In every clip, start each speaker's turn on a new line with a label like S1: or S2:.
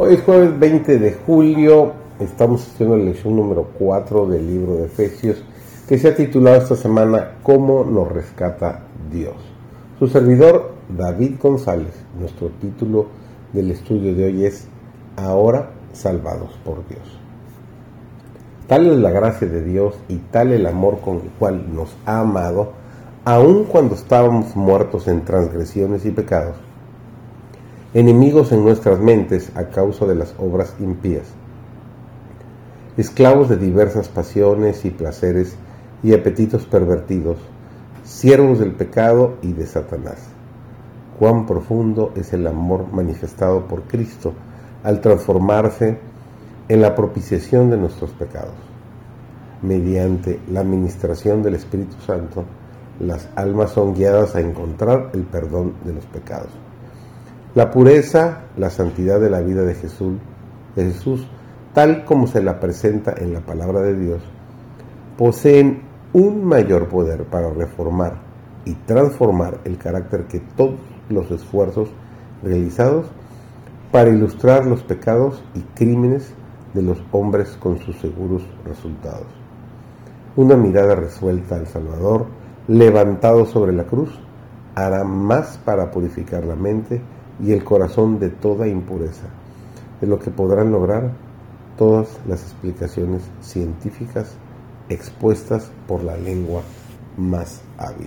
S1: Hoy es jueves 20 de julio, estamos haciendo la lección número 4 del libro de Efesios, que se ha titulado esta semana ¿Cómo nos rescata Dios? Su servidor, David González. Nuestro título del estudio de hoy es Ahora salvados por Dios. Tal es la gracia de Dios y tal el amor con el cual nos ha amado, aun cuando estábamos muertos en transgresiones y pecados, enemigos en nuestras mentes a causa de las obras impías, esclavos de diversas pasiones y placeres y apetitos pervertidos, siervos del pecado y de Satanás. Cuán profundo es el amor manifestado por Cristo al transformarse en la propiciación de nuestros pecados. Mediante la administración del Espíritu Santo, las almas son guiadas a encontrar el perdón de los pecados. La pureza, la santidad de la vida de Jesús, tal como se la presenta en la palabra de Dios, poseen un mayor poder para reformar y transformar el carácter que todos los esfuerzos realizados para ilustrar los pecados y crímenes de los hombres con sus seguros resultados. Una mirada resuelta al Salvador, levantado sobre la cruz, hará más para purificar la mente y el corazón de toda impureza, de lo que podrán lograr todas las explicaciones científicas expuestas por la lengua más hábil.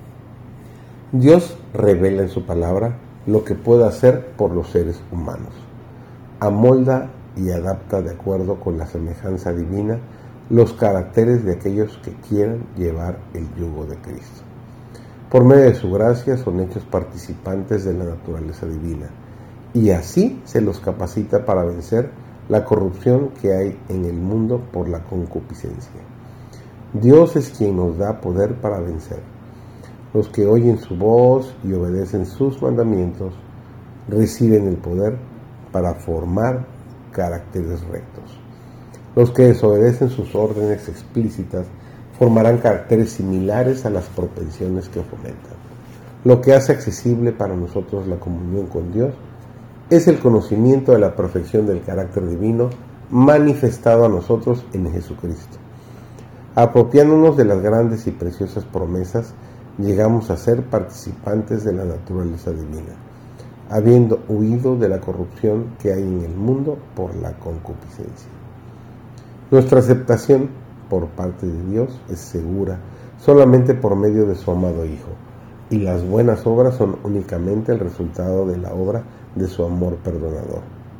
S1: Dios revela en su palabra lo que puede hacer por los seres humanos. Amolda y adapta de acuerdo con la semejanza divina los caracteres de aquellos que quieran llevar el yugo de Cristo. Por medio de su gracia son hechos participantes de la naturaleza divina, y así se los capacita para vencer la corrupción que hay en el mundo por la concupiscencia. Dios es quien nos da poder para vencer. Los que oyen su voz y obedecen sus mandamientos reciben el poder para formar caracteres rectos. Los que desobedecen sus órdenes explícitas formarán caracteres similares a las propensiones que fomentan. Lo que hace accesible para nosotros la comunión con Dios es el conocimiento de la perfección del carácter divino manifestado a nosotros en Jesucristo. Apropiándonos de las grandes y preciosas promesas, llegamos a ser participantes de la naturaleza divina, habiendo huido de la corrupción que hay en el mundo por la concupiscencia. Nuestra aceptación por parte de Dios es segura solamente por medio de su amado Hijo, y las buenas obras son únicamente el resultado de la obra de su amor perdonador.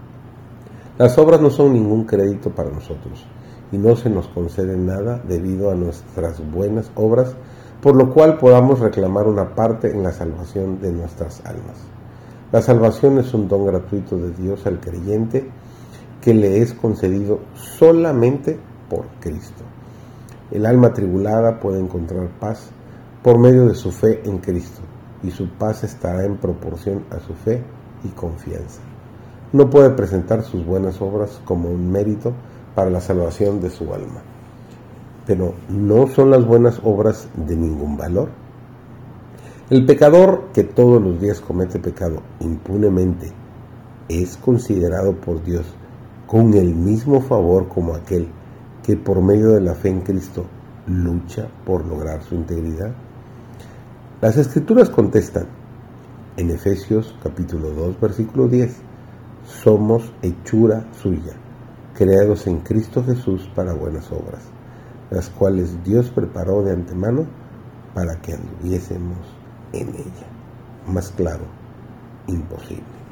S1: Las obras no son ningún crédito para nosotros, y no se nos concede nada debido a nuestras buenas obras, por lo cual podamos reclamar una parte en la salvación de nuestras almas. La salvación es un don gratuito de Dios al creyente que le es concedido solamente por Cristo. El alma atribulada puede encontrar paz por medio de su fe en Cristo, y su paz estará en proporción a su fe y confianza. No puede presentar sus buenas obras como un mérito para la salvación de su alma. Pero ¿no son las buenas obras de ningún valor? El pecador que todos los días comete pecado impunemente es considerado por Dios con el mismo favor como aquel que por medio de la fe en Cristo lucha por lograr su integridad. Las Escrituras contestan en Efesios capítulo 2, versículo 10, somos hechura suya, creados en Cristo Jesús para buenas obras, las cuales Dios preparó de antemano para que anduviésemos en ella. Más claro, imposible.